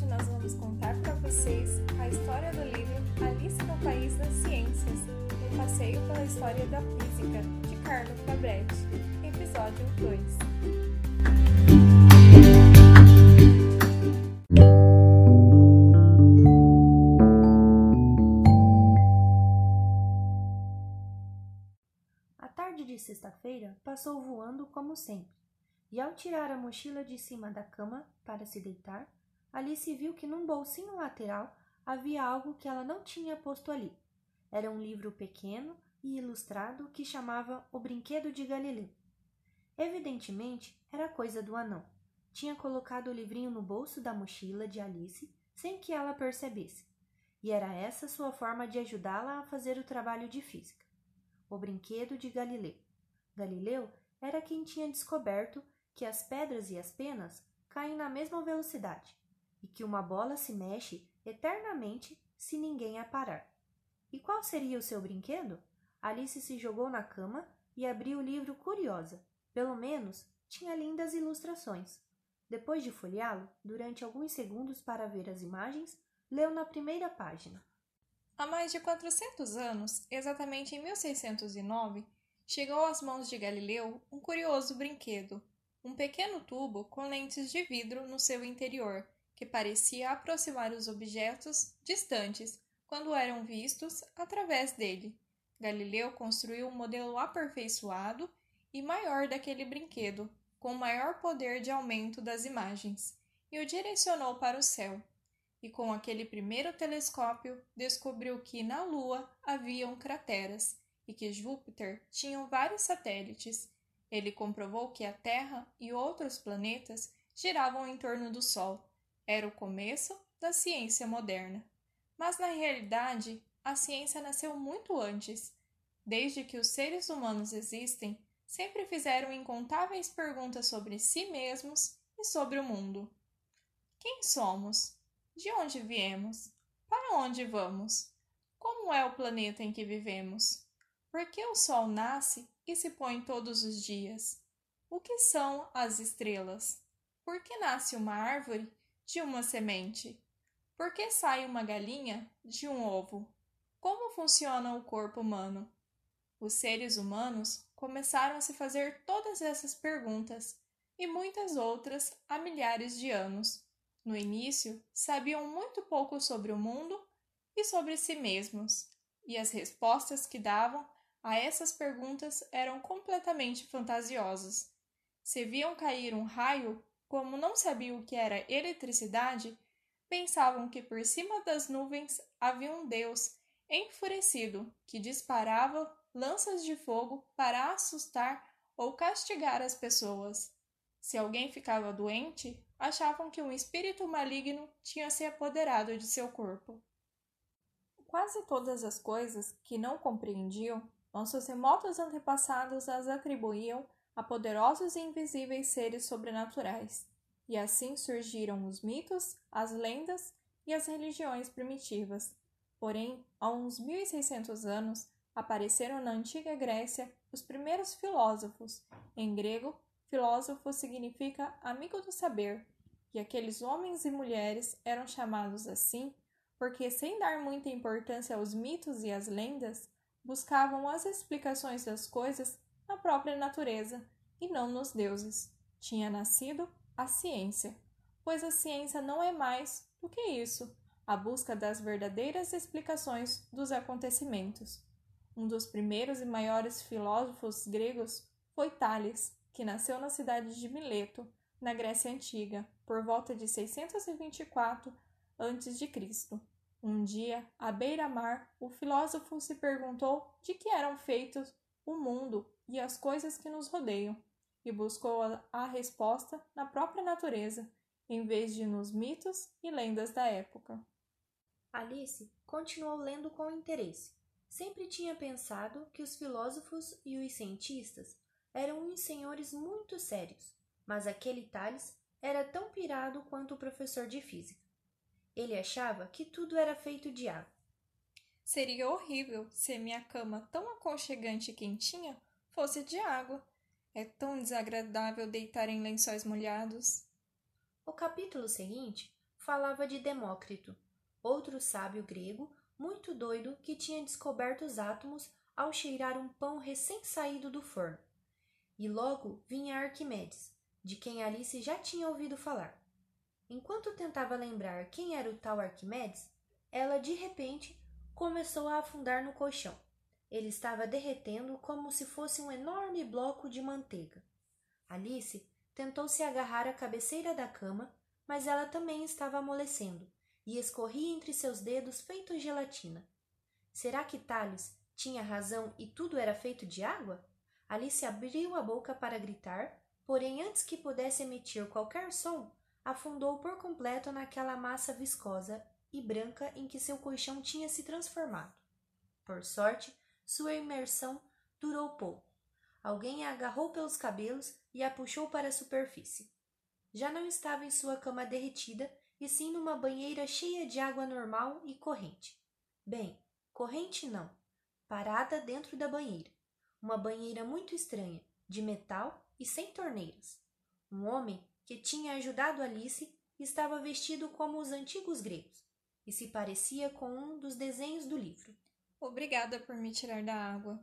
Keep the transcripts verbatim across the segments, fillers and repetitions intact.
nós vamos contar para vocês a história do livro Alice no País das Ciências, um passeio pela história da física, de Carlo Cabretti, episódio dois. A tarde de sexta-feira passou voando como sempre, e ao tirar a mochila de cima da cama para se deitar, Alice viu que num bolsinho lateral havia algo que ela não tinha posto ali. Era um livro pequeno e ilustrado que chamava O Brinquedo de Galileu. Evidentemente, era coisa do anão. Tinha colocado o livrinho no bolso da mochila de Alice sem que ela percebesse, e era essa sua forma de ajudá-la a fazer o trabalho de física. O Brinquedo de Galileu. Galileu era quem tinha descoberto que as pedras e as penas caem na mesma velocidade e que uma bola se mexe eternamente se ninguém a parar. E qual seria o seu brinquedo? Alice se jogou na cama e abriu o livro curiosa. Pelo menos tinha lindas ilustrações. Depois de folheá-lo, durante alguns segundos para ver as imagens, leu na primeira página. Há mais de quatrocentos anos, exatamente em mil seiscentos e nove, chegou às mãos de Galileu um curioso brinquedo, um pequeno tubo com lentes de vidro no seu interior, que parecia aproximar os objetos distantes quando eram vistos através dele. Galileu construiu um modelo aperfeiçoado e maior daquele brinquedo, com maior poder de aumento das imagens, e o direcionou para o céu. E com aquele primeiro telescópio descobriu que na Lua haviam crateras e que Júpiter tinha vários satélites. Ele comprovou que a Terra e outros planetas giravam em torno do Sol. Era o começo da ciência moderna. Mas, na realidade, a ciência nasceu muito antes. Desde que os seres humanos existem, sempre fizeram incontáveis perguntas sobre si mesmos e sobre o mundo. Quem somos? De onde viemos? Para onde vamos? Como é o planeta em que vivemos? Por que o Sol nasce e se põe todos os dias? O que são as estrelas? Por que nasce uma árvore de uma semente? Por que sai uma galinha de um ovo? Como funciona o corpo humano? Os seres humanos começaram a se fazer todas essas perguntas e muitas outras há milhares de anos. No início, sabiam muito pouco sobre o mundo e sobre si mesmos, e as respostas que davam a essas perguntas eram completamente fantasiosas. Se viam cair um raio, como não sabiam o que era eletricidade, pensavam que por cima das nuvens havia um Deus enfurecido que disparava lanças de fogo para assustar ou castigar as pessoas. Se alguém ficava doente, achavam que um espírito maligno tinha se apoderado de seu corpo. Quase todas as coisas que não compreendiam, nossos remotos antepassados as atribuíam a poderosos e invisíveis seres sobrenaturais, e assim surgiram os mitos, as lendas e as religiões primitivas. Porém, há uns mil e seiscentos anos, apareceram na antiga Grécia os primeiros filósofos. Em grego, filósofo significa amigo do saber, e aqueles homens e mulheres eram chamados assim porque, sem dar muita importância aos mitos e às lendas, buscavam as explicações das coisas na própria natureza e não nos deuses. Tinha nascido a ciência, pois a ciência não é mais do que isso, a busca das verdadeiras explicações dos acontecimentos. Um dos primeiros e maiores filósofos gregos foi Tales, que nasceu na cidade de Mileto, na Grécia Antiga, por volta de seiscentos e vinte e quatro antes de Cristo. Um dia, à beira-mar, o filósofo se perguntou de que eram feitos o mundo e as coisas que nos rodeiam, e buscou a, a resposta na própria natureza, em vez de nos mitos e lendas da época. Alice continuou lendo com interesse. Sempre tinha pensado que os filósofos e os cientistas eram uns senhores muito sérios, mas aquele Tales era tão pirado quanto o professor de física. Ele achava que tudo era feito de água. Seria horrível se minha cama tão aconchegante e quentinha fosse de água. É tão desagradável deitar em lençóis molhados. O capítulo seguinte falava de Demócrito, outro sábio grego muito doido que tinha descoberto os átomos ao cheirar um pão recém-saído do forno. E logo vinha Arquimedes, de quem Alice já tinha ouvido falar. Enquanto tentava lembrar quem era o tal Arquimedes, ela de repente começou a afundar no colchão. Ele estava derretendo como se fosse um enorme bloco de manteiga. Alice tentou se agarrar à cabeceira da cama, mas ela também estava amolecendo e escorria entre seus dedos feito gelatina. Será que Thales tinha razão e tudo era feito de água? Alice abriu a boca para gritar, porém antes que pudesse emitir qualquer som, afundou por completo naquela massa viscosa e branca em que seu colchão tinha se transformado. Por sorte, sua imersão durou pouco. Alguém a agarrou pelos cabelos e a puxou para a superfície. Já não estava em sua cama derretida, e sim numa banheira cheia de água normal e corrente. Bem, corrente não, parada dentro da banheira. Uma banheira muito estranha, de metal e sem torneiras. Um homem que tinha ajudado Alice estava vestido como os antigos gregos e se parecia com um dos desenhos do livro. Obrigada por me tirar da água.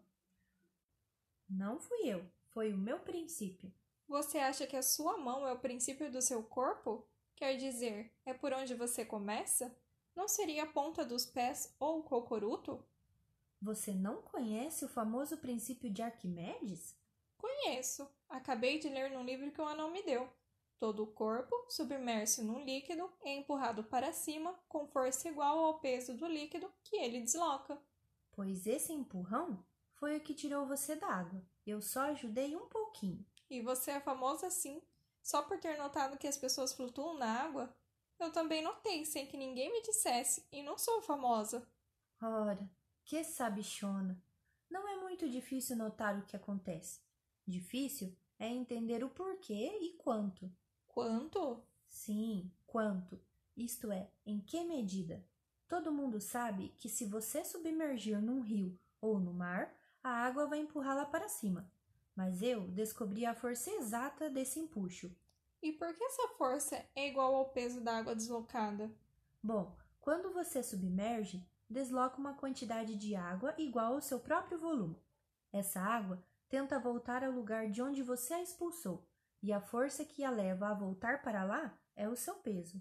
Não fui eu, foi o meu princípio. Você acha que a sua mão é o princípio do seu corpo? Quer dizer, é por onde você começa? Não seria a ponta dos pés ou o cocoruto? Você não conhece o famoso princípio de Arquimedes? Conheço. Acabei de ler num livro que o anão me deu. Todo o corpo, submerso num líquido, é empurrado para cima com força igual ao peso do líquido que ele desloca. Pois esse empurrão foi o que tirou você da água. Eu só ajudei um pouquinho. E você é famosa assim, só por ter notado que as pessoas flutuam na água? Eu também notei sem que ninguém me dissesse, e não sou famosa. Ora, que sabichona! Não é muito difícil notar o que acontece. Difícil é entender o porquê e quanto. Quanto? Sim, quanto. Isto é, em que medida. Todo mundo sabe que se você submergir num rio ou no mar, a água vai empurrá-la para cima. Mas eu descobri a força exata desse empuxo. E por que essa força é igual ao peso da água deslocada? Bom, quando você submerge, desloca uma quantidade de água igual ao seu próprio volume. Essa água tenta voltar ao lugar de onde você a expulsou, e a força que a leva a voltar para lá é o seu peso.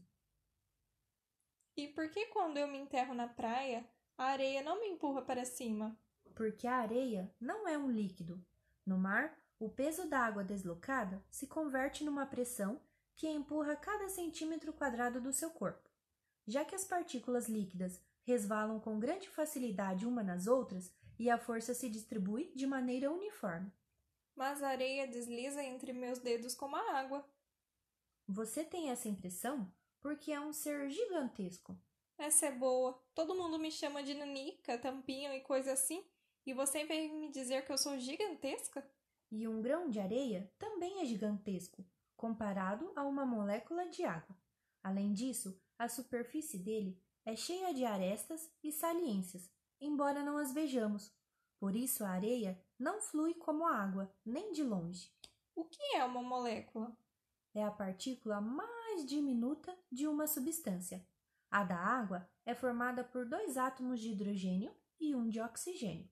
E por que quando eu me enterro na praia, a areia não me empurra para cima? Porque a areia não é um líquido. No mar, o peso da água deslocada se converte numa pressão que empurra cada centímetro quadrado do seu corpo. Já que as partículas líquidas resvalam com grande facilidade uma nas outras e a força se distribui de maneira uniforme. Mas a areia desliza entre meus dedos como a água. Você tem essa impressão porque é um ser gigantesco. Essa é boa. Todo mundo me chama de nanica, tampinho e coisa assim. E você vem me dizer que eu sou gigantesca? E um grão de areia também é gigantesco, comparado a uma molécula de água. Além disso, a superfície dele é cheia de arestas e saliências, embora não as vejamos. Por isso a areia não flui como a água, nem de longe. O que é uma molécula? É a partícula mais diminuta de uma substância. A da água é formada por dois átomos de hidrogênio e um de oxigênio.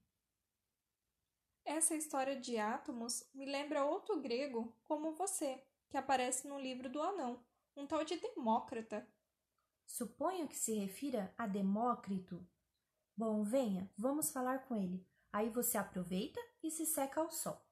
Essa história de átomos me lembra outro grego como você, que aparece no livro do anão, um tal de Demócrita. Suponho que se refira a Demócrito. Bom, venha, vamos falar com ele. Aí você aproveita e se seca ao sol.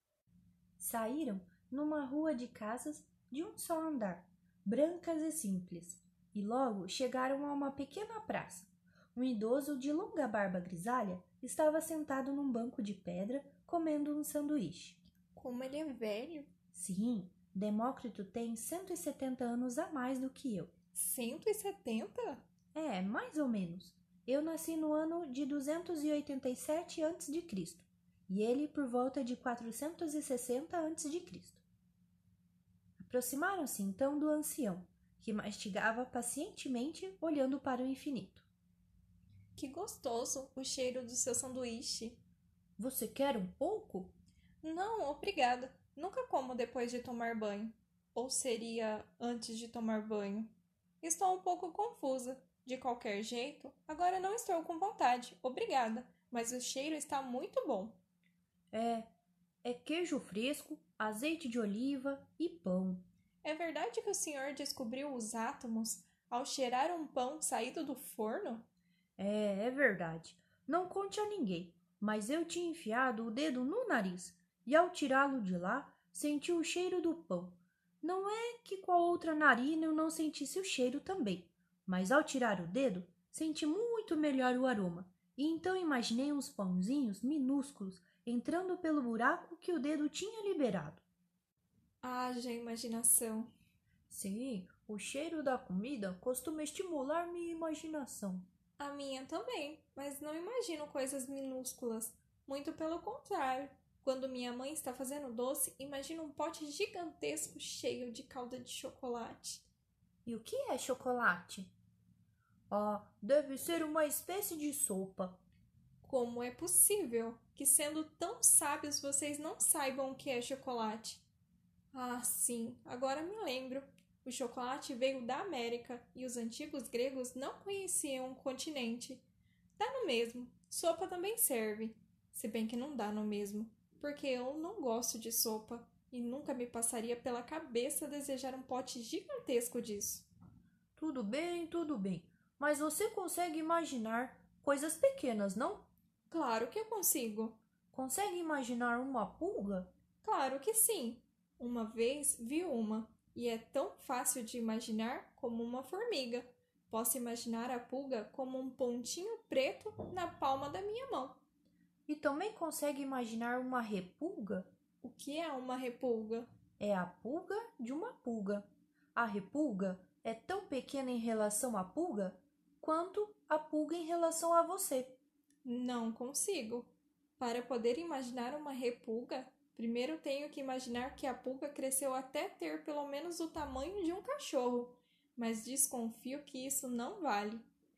Saíram numa rua de casas de um só andar, brancas e simples, e logo chegaram a uma pequena praça. Um idoso de longa barba grisalha estava sentado num banco de pedra comendo um sanduíche. Como ele é velho? Sim, Demócrito tem cento e setenta anos a mais do que eu. cento e setenta? É, mais ou menos. Eu nasci no ano de duzentos e oitenta e sete antes de Cristo e ele por volta de quatrocentos e sessenta antes de Cristo. Aproximaram-se então do ancião, que mastigava pacientemente olhando para o infinito. Que gostoso o cheiro do seu sanduíche. Você quer um pouco? Não, obrigada. Nunca como depois de tomar banho. Ou seria antes de tomar banho? Estou um pouco confusa. De qualquer jeito, agora não estou com vontade, obrigada, mas o cheiro está muito bom. É, é queijo fresco, azeite de oliva e pão. É verdade que o senhor descobriu os átomos ao cheirar um pão saído do forno? É, é verdade. Não conte a ninguém, mas eu tinha enfiado o dedo no nariz e ao tirá-lo de lá, senti o cheiro do pão. Não é que com a outra narina eu não sentisse o cheiro também, mas ao tirar o dedo, senti muito melhor o aroma. E então imaginei uns pãozinhos minúsculos entrando pelo buraco que o dedo tinha liberado. Haja imaginação. Sim, o cheiro da comida costuma estimular minha imaginação. A minha também, mas não imagino coisas minúsculas. Muito pelo contrário. Quando minha mãe está fazendo doce, imagino um pote gigantesco cheio de calda de chocolate. E o que é chocolate? Ah, deve ser uma espécie de sopa. Como é possível que, sendo tão sábios, vocês não saibam o que é chocolate? Ah, sim, agora me lembro. O chocolate veio da América e os antigos gregos não conheciam o continente. Dá no mesmo, sopa também serve. Se bem que não dá no mesmo, porque eu não gosto de sopa e nunca me passaria pela cabeça desejar um pote gigantesco disso. Tudo bem, tudo bem. Mas você consegue imaginar coisas pequenas, não? Claro que eu consigo. Consegue imaginar uma pulga? Claro que sim. Uma vez vi uma, e é tão fácil de imaginar como uma formiga. Posso imaginar a pulga como um pontinho preto na palma da minha mão. E também consegue imaginar uma repulga? O que é uma repulga? É a pulga de uma pulga. A repulga é tão pequena em relação à pulga quanto a pulga em relação a você. Não consigo. Para poder imaginar uma repulga, primeiro tenho que imaginar que a pulga cresceu até ter pelo menos o tamanho de um cachorro, mas desconfio que isso não vale.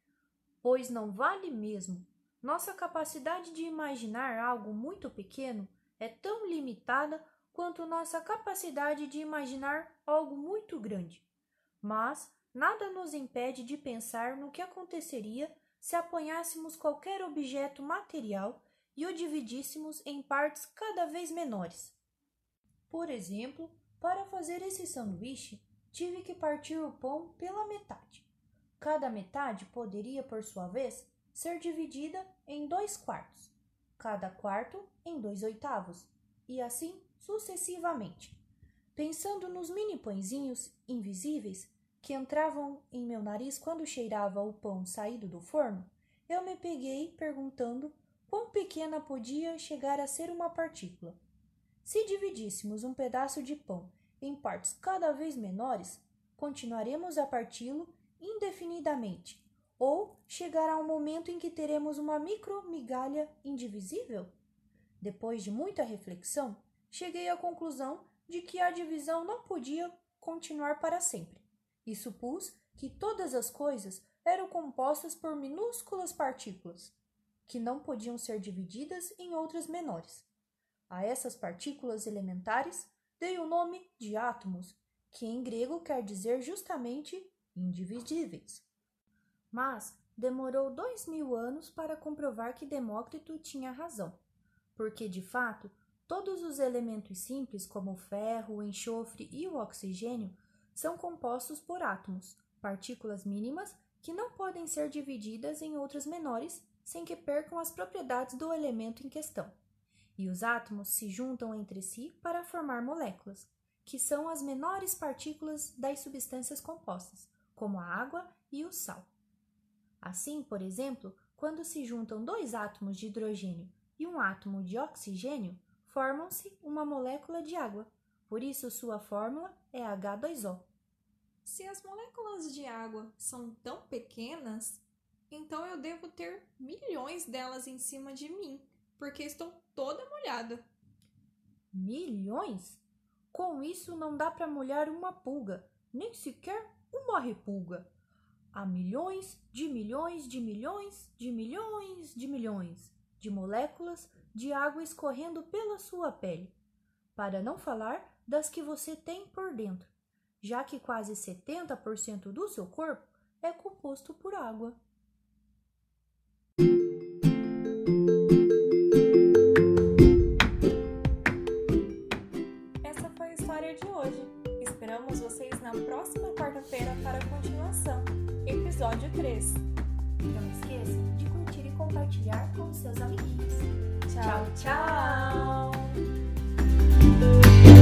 Pois não vale mesmo. Nossa capacidade de imaginar algo muito pequeno é tão limitada quanto nossa capacidade de imaginar algo muito grande. Mas nada nos impede de pensar no que aconteceria se apanhássemos qualquer objeto material e o dividíssemos em partes cada vez menores. Por exemplo, para fazer esse sanduíche, tive que partir o pão pela metade. Cada metade poderia, por sua vez, ser dividida em dois quartos, cada quarto em dois oitavos, e assim sucessivamente. Pensando nos mini pãezinhos invisíveis que entravam em meu nariz quando cheirava o pão saído do forno, eu me peguei perguntando quão pequena podia chegar a ser uma partícula. Se dividíssemos um pedaço de pão em partes cada vez menores, continuaremos a parti-lo indefinidamente, ou chegará um momento em que teremos uma micromigalha indivisível? Depois de muita reflexão, cheguei à conclusão de que a divisão não podia continuar para sempre, e supus que todas as coisas eram compostas por minúsculas partículas, que não podiam ser divididas em outras menores. A essas partículas elementares dei o nome de átomos, que em grego quer dizer justamente indivisíveis. Mas demorou dois mil anos para comprovar que Demócrito tinha razão, porque, de fato, todos os elementos simples, como o ferro, o enxofre e o oxigênio, são compostos por átomos, partículas mínimas que não podem ser divididas em outras menores sem que percam as propriedades do elemento em questão. E os átomos se juntam entre si para formar moléculas, que são as menores partículas das substâncias compostas, como a água e o sal. Assim, por exemplo, quando se juntam dois átomos de hidrogênio e um átomo de oxigênio, formam-se uma molécula de água. Por isso, sua fórmula é agá dois ó. Se as moléculas de água são tão pequenas, então eu devo ter milhões delas em cima de mim, porque estou toda molhada. Milhões? Com isso não dá para molhar uma pulga, nem sequer uma repulga. Há milhões de milhões de milhões de milhões de milhões de moléculas de água escorrendo pela sua pele, para não falar das que você tem por dentro. já que quase setenta por cento do seu corpo é composto por água. Essa foi a história de hoje. Esperamos vocês na próxima quarta-feira para a continuação, episódio três. Não esqueça de curtir e compartilhar com seus amiguinhos. Tchau, tchau! Tchau.